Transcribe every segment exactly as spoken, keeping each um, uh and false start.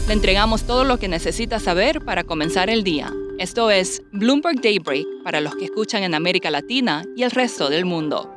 Le entregamos todo lo que necesita saber para comenzar el día. Esto es Bloomberg Daybreak para los que escuchan en América Latina y el resto del mundo.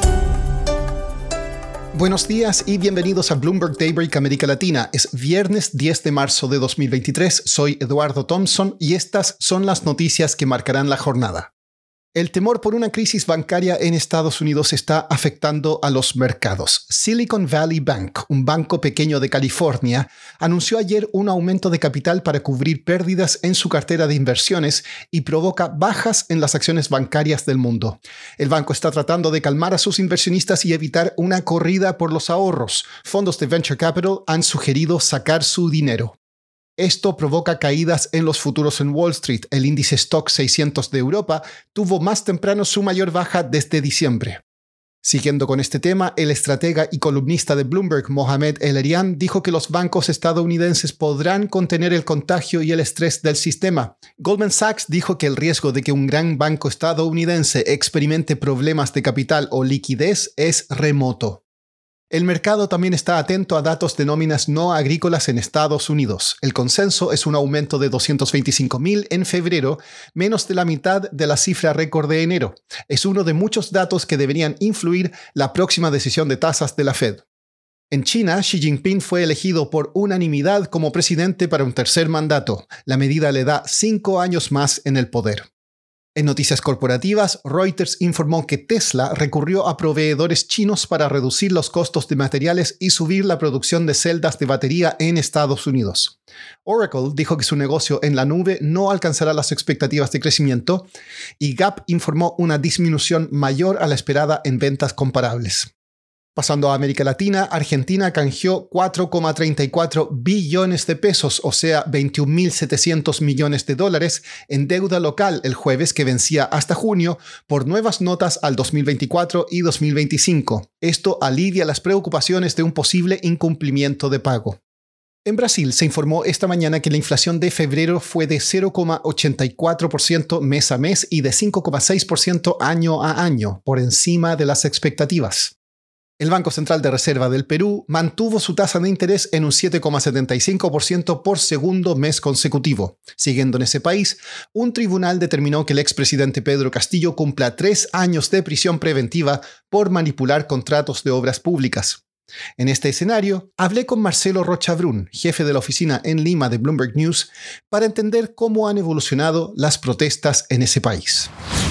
Buenos días y bienvenidos a Bloomberg Daybreak América Latina. Es viernes diez de marzo de dos mil veintitrés. Soy Eduardo Thompson y estas son las noticias que marcarán la jornada. El temor por una crisis bancaria en Estados Unidos está afectando a los mercados. Silicon Valley Bank, un banco pequeño de California, anunció ayer un aumento de capital para cubrir pérdidas en su cartera de inversiones y provoca bajas en las acciones bancarias del mundo. El banco está tratando de calmar a sus inversionistas y evitar una corrida por los ahorros. Fondos de Venture Capital han sugerido sacar su dinero. Esto provoca caídas en los futuros en Wall Street. El índice Stoxx seiscientos de Europa tuvo más temprano su mayor baja desde diciembre. Siguiendo con este tema, el estratega y columnista de Bloomberg, Mohamed El-Erian, dijo que los bancos estadounidenses podrán contener el contagio y el estrés del sistema. Goldman Sachs dijo que el riesgo de que un gran banco estadounidense experimente problemas de capital o liquidez es remoto. El mercado también está atento a datos de nóminas no agrícolas en Estados Unidos. El consenso es un aumento de doscientos veinticinco mil en febrero, menos de la mitad de la cifra récord de enero. Es uno de muchos datos que deberían influir la próxima decisión de tasas de la Fed. En China, Xi Jinping fue elegido por unanimidad como presidente para un tercer mandato. La medida le da cinco años más en el poder. En noticias corporativas, Reuters informó que Tesla recurrió a proveedores chinos para reducir los costos de materiales y subir la producción de celdas de batería en Estados Unidos. Oracle dijo que su negocio en la nube no alcanzará las expectativas de crecimiento y Gap informó una disminución mayor a la esperada en ventas comparables. Pasando a América Latina, Argentina canjeó cuatro coma treinta y cuatro billones de pesos, o sea, veintiún mil setecientos millones de dólares, en deuda local el jueves que vencía hasta junio por nuevas notas al dos mil veinticuatro y dos mil veinticinco. Esto alivia las preocupaciones de un posible incumplimiento de pago. En Brasil se informó esta mañana que la inflación de febrero fue de cero coma ochenta y cuatro por ciento mes a mes y de cinco coma seis por ciento año a año, por encima de las expectativas. El Banco Central de Reserva del Perú mantuvo su tasa de interés en un siete coma setenta y cinco por ciento por segundo mes consecutivo. Siguiendo en ese país, un tribunal determinó que el expresidente Pedro Castillo cumpla tres años de prisión preventiva por manipular contratos de obras públicas. En este escenario, hablé con Marcelo Rocha Brun, jefe de la oficina en Lima de Bloomberg News, para entender cómo han evolucionado las protestas en ese país.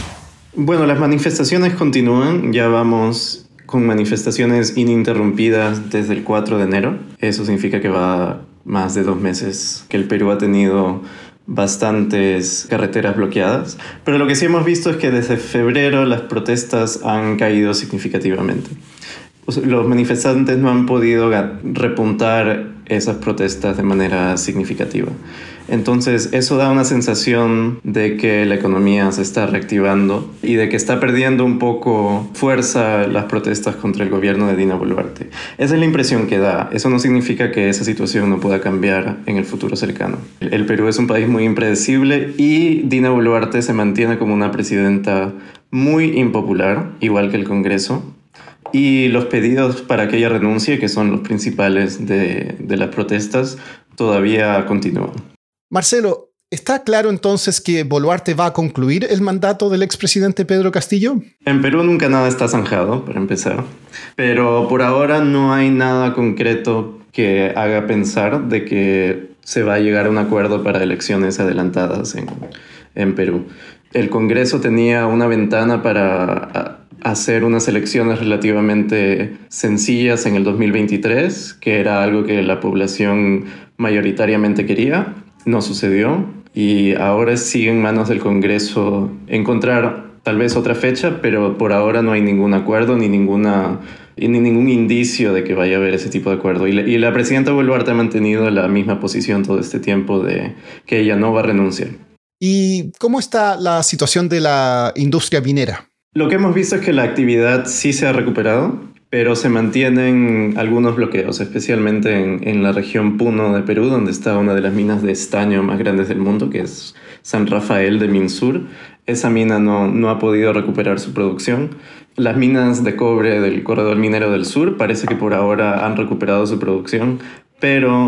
Bueno, las manifestaciones continúan, ya vamos con manifestaciones ininterrumpidas desde el cuatro de enero. Eso significa que va más de dos meses que el Perú ha tenido bastantes carreteras bloqueadas. Pero lo que sí hemos visto es que desde febrero las protestas han caído significativamente. Los manifestantes no han podido repuntar esas protestas de manera significativa. Entonces eso da una sensación de que la economía se está reactivando y de que está perdiendo un poco fuerza las protestas contra el gobierno de Dina Boluarte. Esa es la impresión que da. Eso no significa que esa situación no pueda cambiar en el futuro cercano. El Perú es un país muy impredecible y Dina Boluarte se mantiene como una presidenta muy impopular, igual que el Congreso. Y los pedidos para que ella renuncie, que son los principales de, de las protestas, todavía continúan. Marcelo, ¿está claro entonces que Boluarte va a concluir el mandato del expresidente Pedro Castillo? En Perú nunca nada está zanjado, para empezar. Pero por ahora no hay nada concreto que haga pensar de que se va a llegar a un acuerdo para elecciones adelantadas en, en Perú. El Congreso tenía una ventana para hacer unas elecciones relativamente sencillas en el dos mil veintitrés, que era algo que la población mayoritariamente quería. No sucedió y ahora sigue en manos del Congreso encontrar tal vez otra fecha, pero por ahora no hay ningún acuerdo ni, ninguna, ni ningún indicio de que vaya a haber ese tipo de acuerdo. Y la, y la presidenta Boluarte ha mantenido la misma posición todo este tiempo de que ella no va a renunciar. ¿Y cómo está la situación de la industria minera? Lo que hemos visto es que la actividad sí se ha recuperado, pero se mantienen algunos bloqueos, especialmente en, en la región Puno de Perú, donde está una de las minas de estaño más grandes del mundo, que es San Rafael de Minsur. Esa mina no, no ha podido recuperar su producción. Las minas de cobre del corredor minero del sur parece que por ahora han recuperado su producción, pero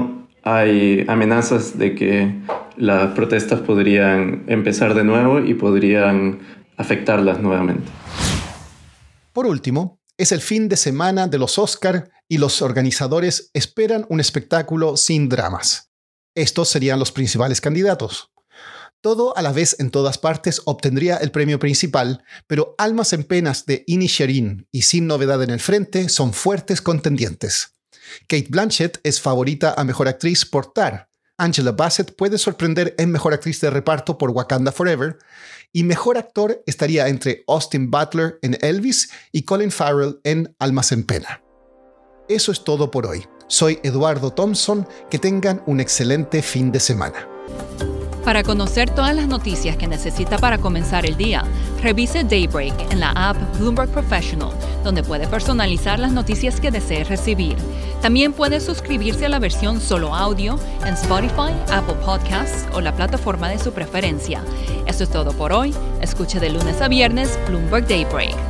hay amenazas de que las protestas podrían empezar de nuevo y podrían afectarlas nuevamente. Por último, es el fin de semana de los Oscar y los organizadores esperan un espectáculo sin dramas. Estos serían los principales candidatos. Todo a la vez en todas partes obtendría el premio principal, pero Almas en Penas de Inisherin y Sin Novedad en el Frente son fuertes contendientes. Cate Blanchett es favorita a Mejor Actriz por Tar. Angela Bassett puede sorprender en Mejor Actriz de Reparto por Wakanda Forever. Y Mejor Actor estaría entre Austin Butler en Elvis y Colin Farrell en Almas en Pena. Eso es todo por hoy. Soy Eduardo Thompson. Que tengan un excelente fin de semana. Para conocer todas las noticias que necesita para comenzar el día, revise Daybreak en la app Bloomberg Professional, donde puede personalizar las noticias que desee recibir. También puede suscribirse a la versión solo audio en Spotify, Apple Podcasts o la plataforma de su preferencia. Eso es todo por hoy. Escuche de lunes a viernes Bloomberg Daybreak.